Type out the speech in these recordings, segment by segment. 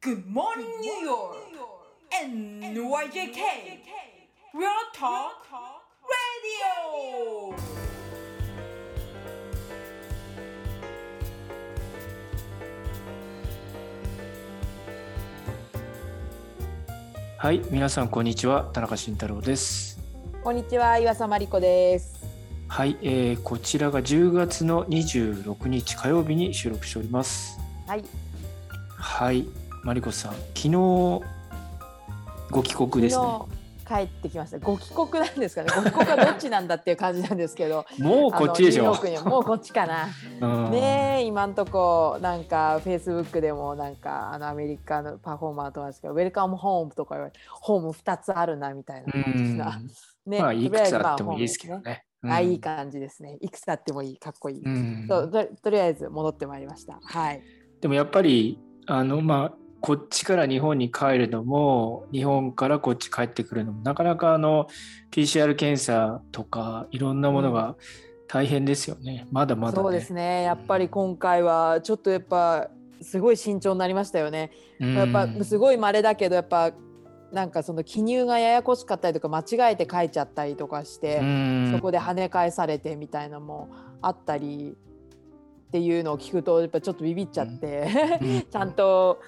Good morning, New York! NYJK! Real Talk Radio! はい、皆さんこんにちは、田中慎太郎です。 こんにちは、岩佐真理子です。 はい、こちらが10月の26日火曜日に収録しております。 はい。 はい、真理子さん、昨日ご帰国ですね。 昨日帰ってきました。ご帰国なんですかね。ご帰国はどっちなんだっていう感じなんですけど。 もうこっちでしょ。 ニューヨークにもうこっちかな。ねえ、今んとこなんかフェイスブックでもなんかアメリカのパフォーマーとかですけど、ウェルカムホームとか言われて、ホーム2つあるなみたいな感じな。 ね、まあいくつあってもいいですけどね。 いい感じですね。いくつあってもいい、かっこいい。とりあえず戻ってまいりました。はい。 でもやっぱりこっちから日本に帰るのも日本からこっち帰ってくるのもなかなかPCR 検査とかいろんなものが大変ですよね。まだまだね。 そうですね。やっぱり今回はちょっとやっぱすごい慎重になりましたよね。やっぱすごい稀だけどやっぱなんかその記入がややこしかったりとか間違えて書いちゃったりとかしてそこで跳ね返されてみたいなのもあったりっていうのを聞くとやっぱちょっとビビっちゃってちゃんと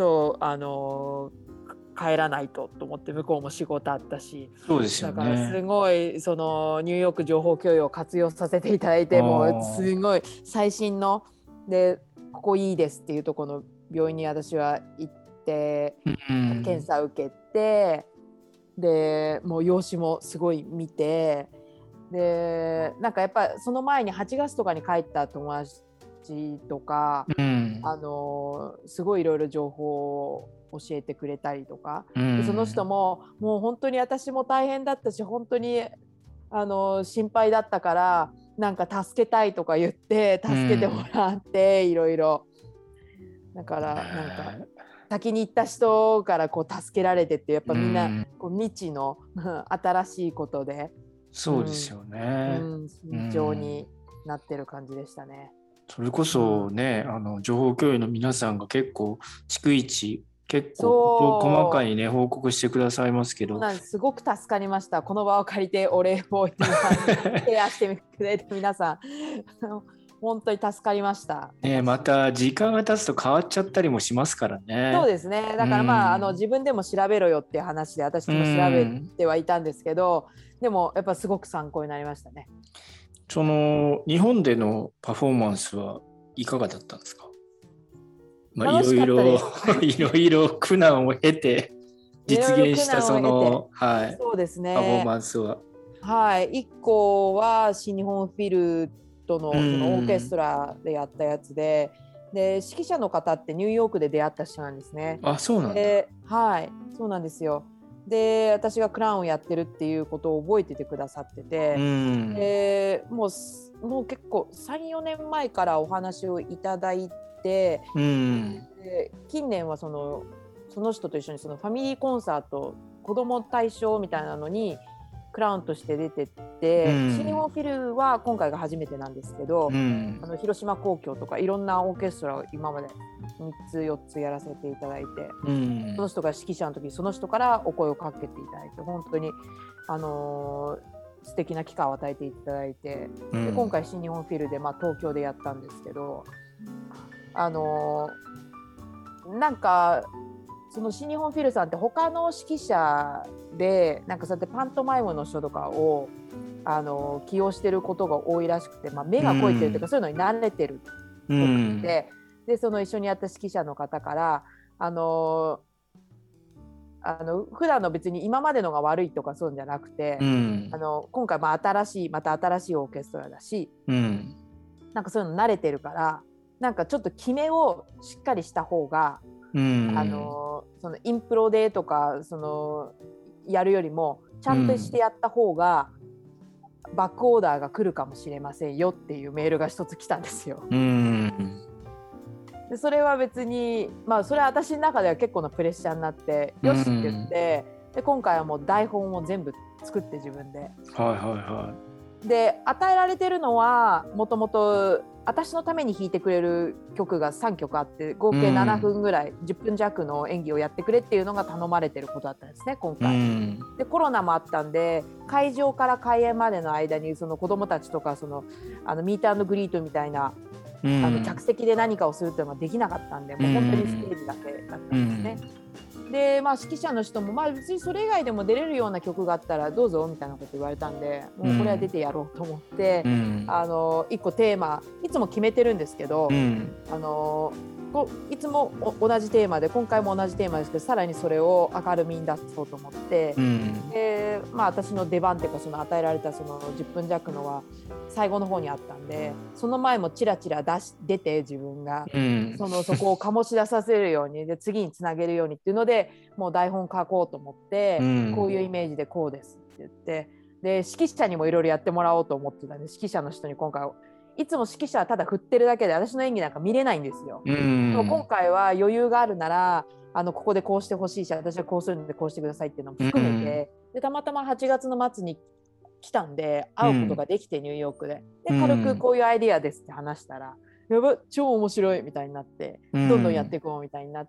そう帰らないと思って向こうも仕事あったし、 そうですよね。 だからすごいそのニューヨーク情報共有を活用させていただいてもうすごい最新のでここいいですっていうところの病院に私は行って検査を受けてでもう用紙もすごい見てでなんかやっぱその前に8月とかに帰った友達とか、すごいいろいろ情報を教えてくれたりとか、でその人ももう本当に私も大変だったし本当に心配だったからなんか助けたいとか言って助けてもらっていろいろだからなんか先に行った人からこう助けられてってやっぱみんなこう未知の新しいことでそうですよね、 慎重になってる感じでしたね。 それこそね、情報共有の皆さんが結構逐一結構細かにね報告してくださいますけど、 すごく助かりました。この場を借りてお礼をケアしてくれて皆さん本当に助かりましたね。また時間が経つと変わっちゃったりもしますからね。 そうですね。だから自分でも調べろよっていう話で私も調べてはいたんですけど、でもやっぱすごく参考になりましたね。 その日本でのパフォーマンスはいかがだったんですか？ 楽しかったです。 いろいろ苦難を経て実現したそうですね、 パフォーマンスは。 はい、1個は新日本フィルとの、そのオーケストラでやったやつで、指揮者の方ってニューヨークで出会った人なんですね。 あ、そうなんだ。 はい、そうなんですよ。で私がクラウンをやってるっていうことを覚えててくださってて、もう結構 3,4 年前からお話をいただいて、で近年はその人と一緒にそのファミリーコンサート子ども対象みたいなのにクラウンとして出てって、新日本フィルは今回が初めてなんですけど、広島交響とかいろんなオーケストラを今まで3つ4つやらせていただいて、その人が指揮者の時その人からお声をかけていただいて本当に素敵な機会を与えていただいて、で今回新日本フィルで、東京でやったんですけどなんかその新日本フィルさんって他の指揮者でなんかそうやってパントマイムの人とかを起用してることが多いらしくて、目が肥えてるというか、そういうのに慣れてるっぽくて、でその一緒にやった指揮者の方から普段の別に今までのが悪いとかそういうんじゃなくて、今回また新しいオーケストラだし、なんかそういうの慣れてるからなんかちょっと決めをしっかりした方がそのインプロでとかやるよりもちゃんとしてやった方が、バックオーダーが来るかもしれませんよっていうメールが一つ来たんですよ。でそれは別にそれは私の中では結構なプレッシャーになってよしって言って、で今回はもう台本を全部作って自分で、で与えられてるのはもともと私のために弾いてくれる曲が3曲あって合計7分ぐらい、10分弱の演技をやってくれっていうのが頼まれてることだったんですね今回、でコロナもあったんで会場から開演までの間にその子どもたちとかミート&グリートみたいな客席で何かをするっていうのができなかったんで、もう本当にステージだけだったんですね。で、指揮者の人も、別にそれ以外でも出れるような曲があったらどうぞみたいなこと言われたんで、もうこれは出てやろうと思って、一個テーマいつも決めてるんですけど、いつも同じテーマで、今回も同じテーマですけど、さらにそれを明るみに出そうと思って、で私の出番っていうか、その与えられたその10分弱のは最後の方にあったんで、その前もチラチラ出て自分が、そこを醸し出させるようにで次につなげるようにっていうので、もう台本書こうと思って、こういうイメージでこうですって言って、で指揮者にもいろいろやってもらおうと思ってたんで、指揮者の人に今回いつも指揮者はただ振ってるだけで私の演技なんか見れないんですよ。でも今回は余裕があるならここでこうしてほしいし、私はこうするのでこうしてくださいっていうのも含めて、でたまたま8月の末に来たんで会うことができて、ニューヨークで軽くこういうアイディアですって話したら、やば超面白いみたいになって、どんどんやっていこうみたいになって、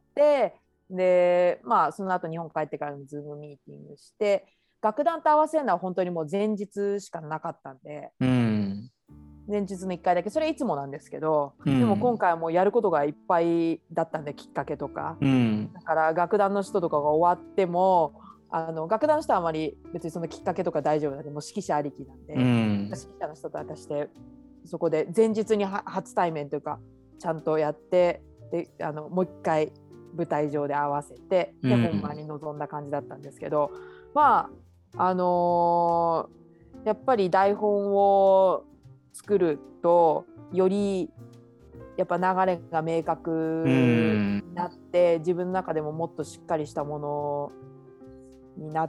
でその後日本帰ってからのズームミーティングして、楽団と合わせるのは本当にもう前日しかなかったんで、前日の1回だけ、それいつもなんですけど、でも今回はもうやることがいっぱいだったんで、きっかけとか、だから楽団の人とかが終わっても楽団の人はあまり別にそのきっかけとか大丈夫なんで、もう指揮者ありきなんで、指揮者の人と私でそこで前日に初対面というかちゃんとやって、でもう一回舞台上で合わせて、で本番に臨んだ感じだったんですけど、やっぱり台本を作るとよりやっぱ流れが明確になって、自分の中でももっとしっかりしたものになって、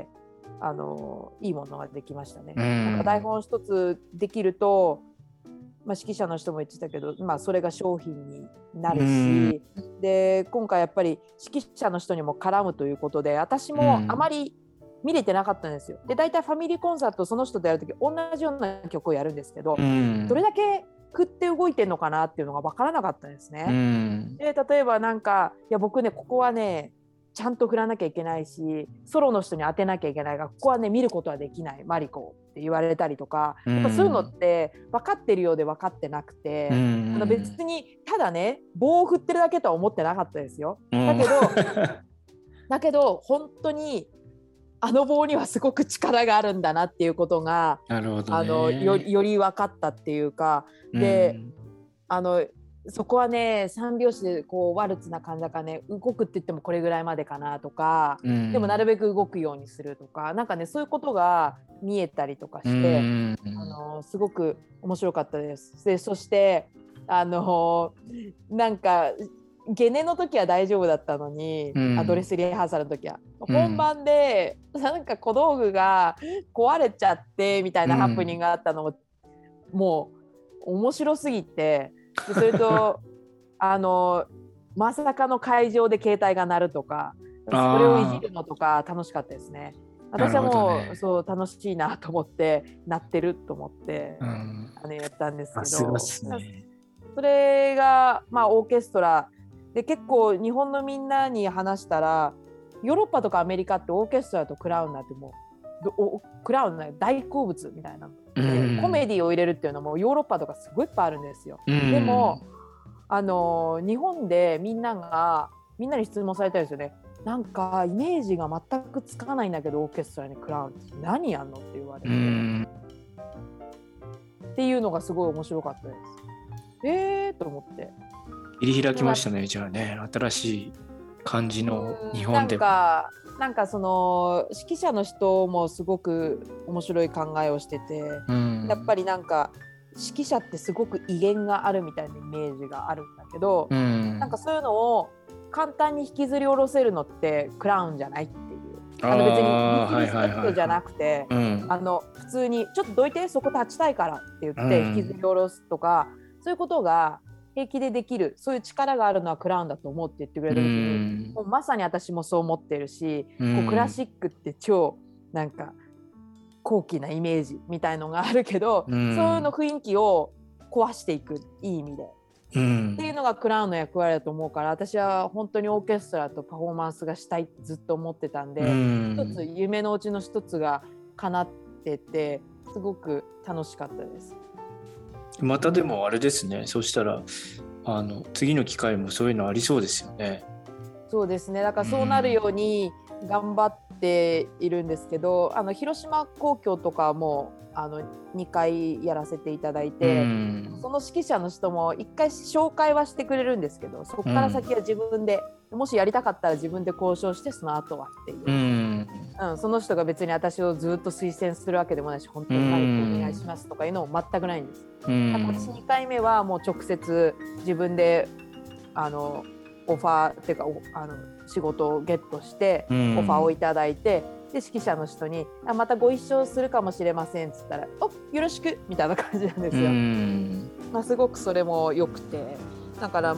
いいものができましたね。なんか台本一つできると、指揮者の人も言ってたけど、それが商品になるし、で今回やっぱり指揮者の人にも絡むということで、私もあまり見れてなかったんですよ。で大体ファミリーコンサートその人とやるとき同じような曲をやるんですけど、どれだけ振って動いてるのかなっていうのが分からなかったんですね。で例えばなんか、いや僕ねここはねちゃんと振らなきゃいけないし、ソロの人に当てなきゃいけないが、ここはね見ることはできないマリコって言われたりとか、やっぱそういうのって分かってるようで分かってなくて、別にただね棒を振ってるだけとは思ってなかったですよ。だけど本当に棒にはすごく力があるんだなっていうことが、より分かったっていうか、でそこはね3拍子でこうワルツな感じだからね、動くって言ってもこれぐらいまでかなとか、でもなるべく動くようにするとか、なんかねそういうことが見えたりとかして、すごく面白かったです。でそしてなんかゲネの時は大丈夫だったのに、ドレスリハーサルの時は、本番でなんか小道具が壊れちゃってみたいなハプニングがあったのも、もう面白すぎて、でそれとまさかの会場で携帯が鳴るとか、それをいじるのとか楽しかったですね。私はもう、そう楽しいなと思って鳴ってると思って、やったんですけど、それがオーケストラで結構日本のみんなに話したら、ヨーロッパとかアメリカってオーケストラとクラウンなんてもうクラウンの大好物みたいな、コメディを入れるっていうのもヨーロッパとかすごいいっぱいあるんですよ。でも日本でみんなに質問されたんですよね。なんかイメージが全くつかないんだけど、オーケストラにクラウンって何やんのって言われて、っていうのがすごい面白かったです。と思って切り開きましたね。じゃあね、新しい感じの日本でもなんかその指揮者の人もすごく面白い考えをしてて、やっぱりなんか指揮者ってすごく威厳があるみたいなイメージがあるんだけど、なんかそういうのを簡単に引きずり下ろせるのってクラウンじゃないっていう、別にリスペクトじゃなくて、普通にちょっとどいてそこ立ちたいからって言って引きずり下ろすとか、そういうことが平気でできる、そういう力があるのはクラウンだと思うって言ってくれた時に、もうまさに私もそう思ってるし、こうクラシックって超なんか高貴なイメージみたいのがあるけど、そういうの雰囲気を壊していく、いい意味で。っていうのがクラウンの役割だと思うから、私は本当にオーケストラとパフォーマンスがしたいってずっと思ってたんで、一つ夢のうちの一つが叶ってて、すごく楽しかったです。 またでもあれですね、そしたら次の機会もそういうのありそうですよね。 そうですね、だからそうなるように頑張っているんですけど、広島交響とかも2回やらせていただいて、その指揮者の人も1回紹介はしてくれるんですけど、そこから先は自分で、もしやりたかったら自分で交渉して、その後はっていう、その人が別に私をずっと推薦するわけでもないし、本当に何かお願いしますとかいうのも全くないんです。私2回目はもう直接自分でオファーっていうか仕事をゲットして、オファーをいただいて、で指揮者の人にまたご一緒するかもしれませんっつったら、およろしくみたいな感じなんですよ。すごくそれも良くて、だから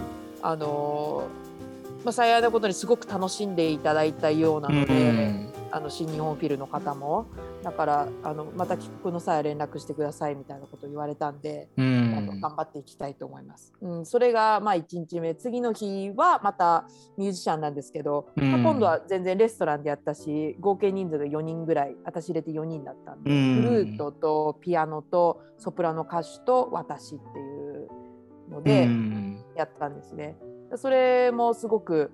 幸いなことにすごく楽しんでいただいたようなので、新日本フィルの方もだからまた帰国の際は連絡してくださいみたいなことを言われたんで、頑張っていきたいと思います。それが1日目、次の日はまたミュージシャンなんですけど、今度は全然レストランでやったし、合計人数が4人ぐらい、私入れて4人だったんで、フルートとピアノとソプラノ歌手と私っていうのでやったんですね。それもすごく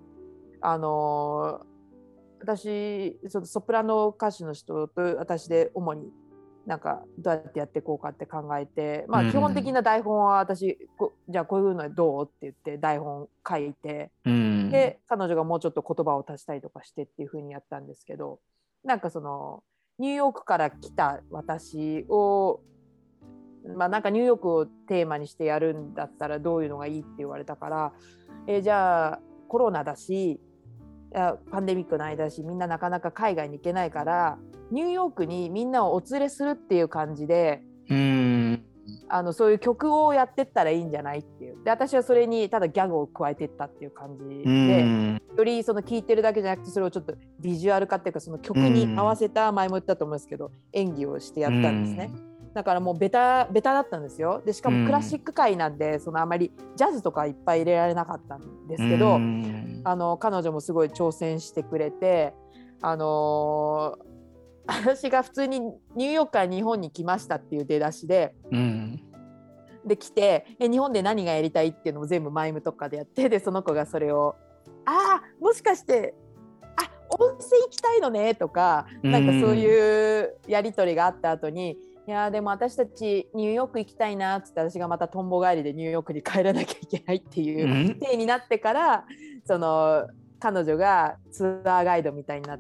私そのソプラノ歌手の人と私で主になんかどうやってやっていこうかって考えて、基本的な台本は私じゃあこういうのはどうって言って台本書いて、で彼女がもうちょっと言葉を足したりとかしてっていう風にやったんですけど、なんかそのニューヨークから来た私をなんかニューヨークをテーマにしてやるんだったらどういうのがいいって言われたから、じゃあコロナだしパンデミックの間だし、みんななかなか海外に行けないからニューヨークにみんなをお連れするっていう感じで、そういう曲をやってったらいいんじゃないっていう。で私はそれにただギャグを加えてったっていう感じで、よりその聴いてるだけじゃなくて、それをちょっとビジュアル化っていうか、その曲に合わせた、前も言ったと思うんですけど演技をしてやったんですね。だからもうベタだったんですよ。でしかもクラシック界なんで、そのあまりジャズとかいっぱい入れられなかったんですけど、彼女もすごい挑戦してくれて、私が普通にニューヨークから日本に来ましたっていう出だしで、で来て日本で何がやりたいっていうのも全部マイムとかでやって、でその子がそれをもしかして温泉行きたいのねとか、なんかそういうやり取りがあった後に、いやでも私たちニューヨーク行きたいなっつって、私がまたとんぼ帰りでニューヨークに帰らなきゃいけないっていう体になってから、その彼女がツアーガイドみたいになって、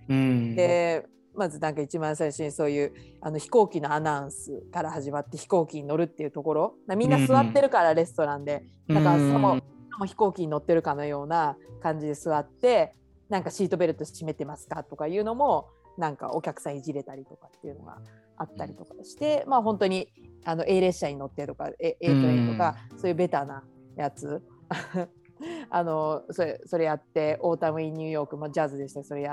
でまずなんか一番最初にそういう飛行機のアナウンスから始まって、飛行機に乗るっていうところ、みんな座ってるからレストランで、だからさも飛行機に乗ってるかのような感じで座って、なんかシートベルト締めてますかとかいうのもなんかお客さんいじれたりとかっていうのがあったりとかして、本当にA 列車に乗ってとか A トレインとか、そういうベタなやつそれやって、オータム・イン・ニューヨークもジャズでした。それやって、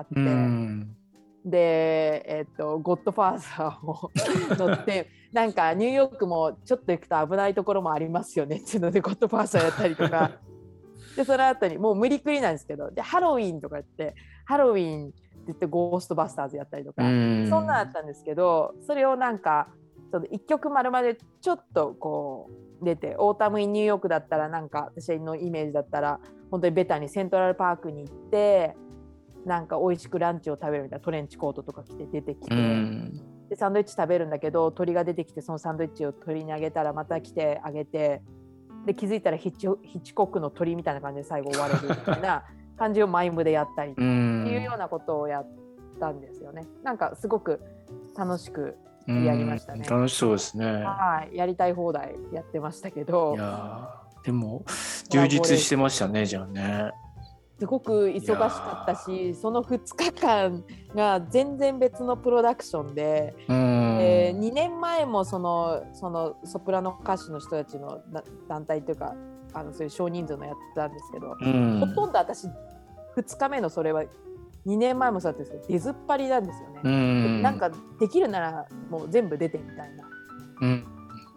でゴッドファーザーを乗ってなんかニューヨークもちょっと行くと危ないところもありますよねっていうのでゴッドファーザーやったりとかでその後にもう無理くりなんですけど、でハロウィンとか言ってハロウィンって言ってゴーストバスターズやったりとか、そんなんあったんですけど、それをなんかその1曲丸々ちょっとこう出て、オータム・イン・ニューヨークだったらなんか私のイメージだったら本当にベタにセントラルパークに行ってなんか美味しくランチを食べるみたいな、トレンチコートとか着て出てきて、でサンドイッチ食べるんだけど鳥が出てきて、そのサンドイッチを鳥にあげたらまた来てあげて、で気づいたらヒッチコックの鳥みたいな感じで最後終われるみたいな感じをマイムでやったりっていうようなことをやったんですよね。なんかすごく楽しくやりましたね。 楽しそうですね。 はい、やりたい放題やってましたけど、 いやでも充実してましたね。じゃあね、 すごく忙しかったし、その2日間が全然別のプロダクションで、2年前もそのソプラノ歌手の人たちの団体というかそういう少人数のやってたんですけど、ほとんど私2日目のそれは2年前もそうだったんですけど出ずっぱりなんですよね。なんかできるならもう全部出てみたいな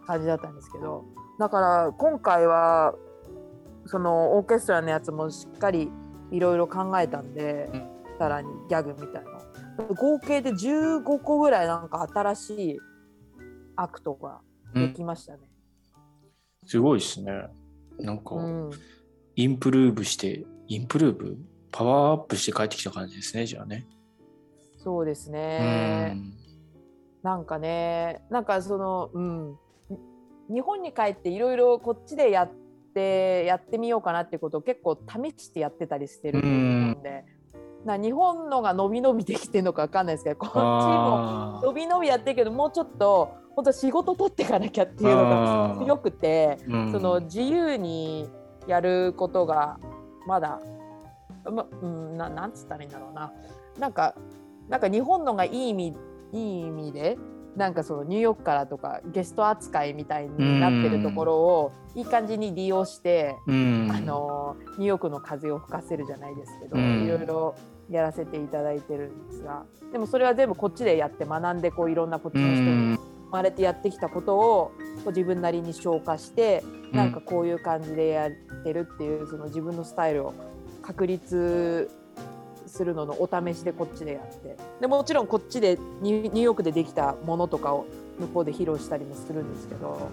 感じだったんですけど、だから今回はそのオーケストラのやつもしっかりいろいろ考えたんで、さらにギャグみたいな合計で15個ぐらいなんか新しいアクトができましたね。 すごいですね。なんか、インプルーブパワーアップして帰ってきた感じですね、じゃあね。 そうですね。なんかね、なんかその、日本に帰っていろいろこっちでやってみようかなってことを結構試してやってたりしてるんで、日本で。日本のが伸び伸びできてるのか分かんないですけど、こっちも伸び伸びやってるけど、もうちょっと本当仕事取っていかなきゃっていうのが強くて、その自由にやることがまだ、なんつったらいいんだろうな。なんか日本のがいい意味で、なんかそのニューヨークからとかゲスト扱いみたいになってるところをいい感じに利用して、ニューヨークの風を吹かせるじゃないですけど、いろいろやらせていただいてるんですが、でもそれは全部こっちでやって学んで、こういろんなこっちの人に生まれてやってきたことをこう自分なりに消化して、なんかこういう感じでやってるっていう、その自分のスタイルを確立するののお試しでこっちでやって、でもちろんこっちでニューヨークでできたものとかを向こうで披露したりもするんですけど、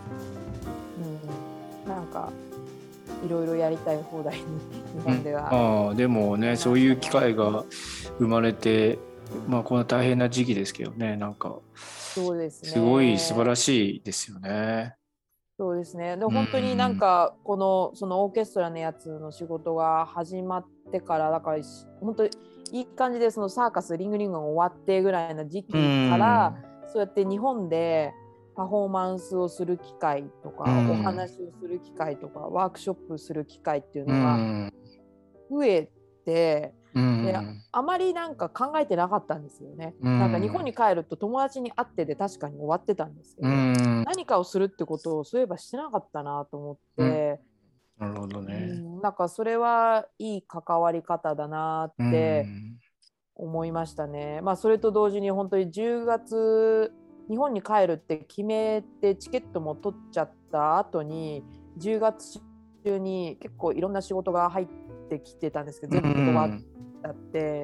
なんかいろいろやりたい放題に日本では、 でもね、そういう機会が生まれて、こんな大変な時期ですけどね、なんかそうですね、 すごい素晴らしいですよね。 そうですね。で本当になんかそのオーケストラのやつの仕事が始まってから、だから本当にいい感じで、そのサーカスリングが終わってぐらいな時期から、そうやって日本でパフォーマンスをする機会とか、お話をする機会とか、ワークショップする機会っていうのが増えて、であまりなんか考えてなかったんですよね。なんか日本に帰ると友達に会ってで確かに終わってたんですけど、何かをするってことをそういえばしてなかったなと思って、 なるほどね。 なんかそれはいい関わり方だなって思いましたね。それと同時に本当に10月日本に帰るって決めてチケットも取っちゃった後に、10月中に結構いろんな仕事が入ってきてたんですけど、全部断って、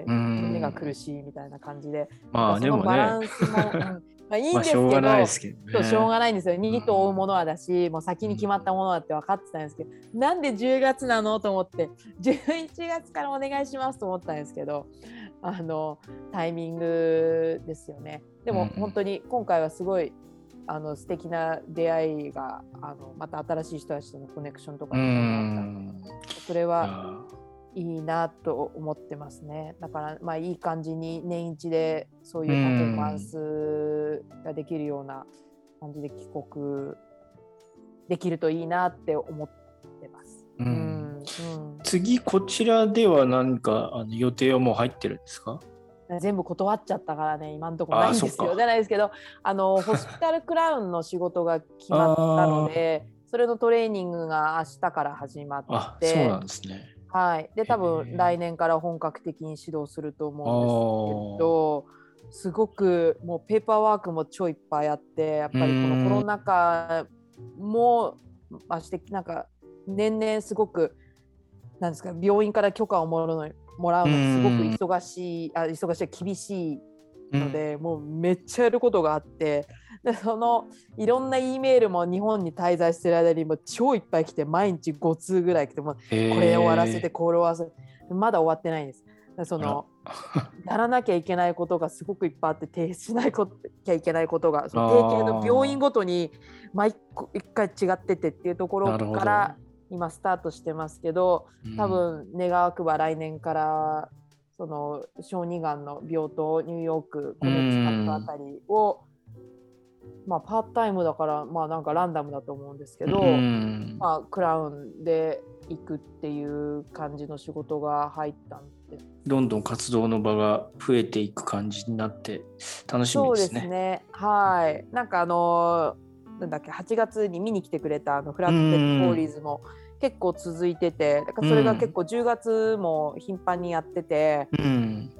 胸が苦しいみたいな感じで、そのバランスも、いいんですけど、 しょうがないですけどね。 しょうがないんですよ。2と追うものはだし、もう先に決まったものだって分かってたんですけど、なんで10月なのと思って、11月からお願いしますと思ったんですけど、タイミングですよね。でも本当に今回はすごい素敵な出会いがまた新しい人たちとのコネクションとかになったので、それはいいなと思ってますね。だからいい感じに年一でそういうパフォーマンスができるような感じで帰国できるといいなって思ってます。 次こちらでは何か予定はもう入ってるんですか？ 全部断っちゃったからね、今のところないんですよ。じゃないですけど、ホスピタルクラウンの仕事が決まったのでそれのトレーニングが明日から始まって、 そうなんですね。 はい、で多分来年から本格的に指導すると思うんですけど、すごくもうペーパーワークも超いっぱいあって、やっぱりこのコロナ禍もしてなんか年々すごくなんですか、病院から許可をもらうのすごく忙しい厳しいので、もうめっちゃやることがあって、でいろんな E メールも日本に滞在してる間にも超いっぱい来て、毎日5通ぐらい来て、もこれ終わらせてこれ終わらせて、まだ終わってないんです。やらなきゃいけないことがすごくいっぱいあって、提出しなきゃいけないことが、定型の病院ごとに毎一回違っててっていうところから今スタートしてますけど、多分願わくば来年からその小児がんの病棟ニューヨークコネチカットあたりを、パートタイムだからなんかランダムだと思うんですけど、クラウンで行くっていう感じの仕事が入ったんで、 どんどん活動の場が増えていく感じになって楽しみですね。 そうですね、はい。なんかなんだっけ、8月に見に来てくれたフラットペットフォーリーズも結構続いてて、だからそれが結構10月も頻繁にやって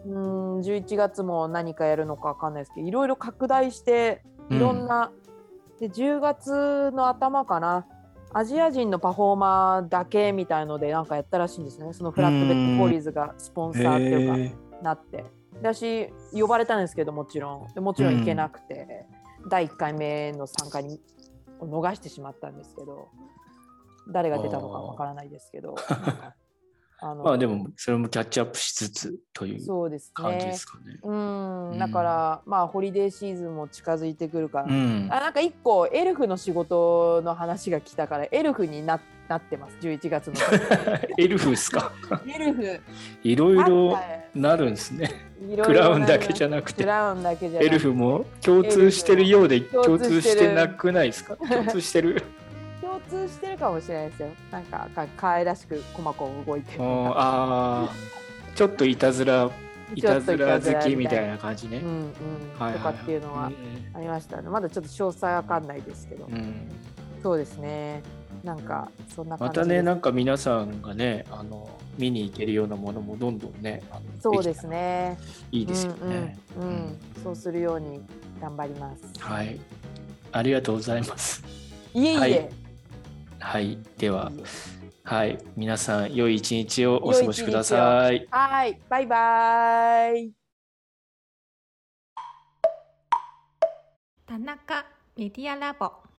て、11月も何かやるのか分かんないですけど、いろいろ拡大していろんなで10月の頭かな、アジア人のパフォーマーだけみたいのでなんかやったらしいんですね。そのフラットベッドポーリーズがスポンサーっていうかなって、で私呼ばれたんですけど、もちろん行けなくて、第1回目の参加に逃してしまったんですけど、誰が出たのかわからないですけど、 まあでもそれもキャッチアップしつつという感じですかね。 だからまあホリデーシーズンも近づいてくるから、 うん、 なんか1個エルフの仕事の話が来たからエルフになってます、11月のエルフですか？ エルフいろいろなるんですね。クラウンだけじゃなくて、エルフも共通してるようで共通してなくないですか？共通してる共通してるかもしれないですよ。なんか可愛らしくコマコン動いてる。 ちょっといたずら好きみたいな感じね。 とかっていうのはありましたね。まだちょっと詳細わかんないですけど、そうですね。なんかそんな感じです。 またね、なんか皆さんがね、見に行けるようなものもどんどんね、 そうですね。 いいですよね。 そうするように頑張ります。 はい。ありがとうございます。 いえいえ。 はい、では、はい、皆さん良い一日をお過ごしください。 はい、バイバイ。 田中メディアラボ。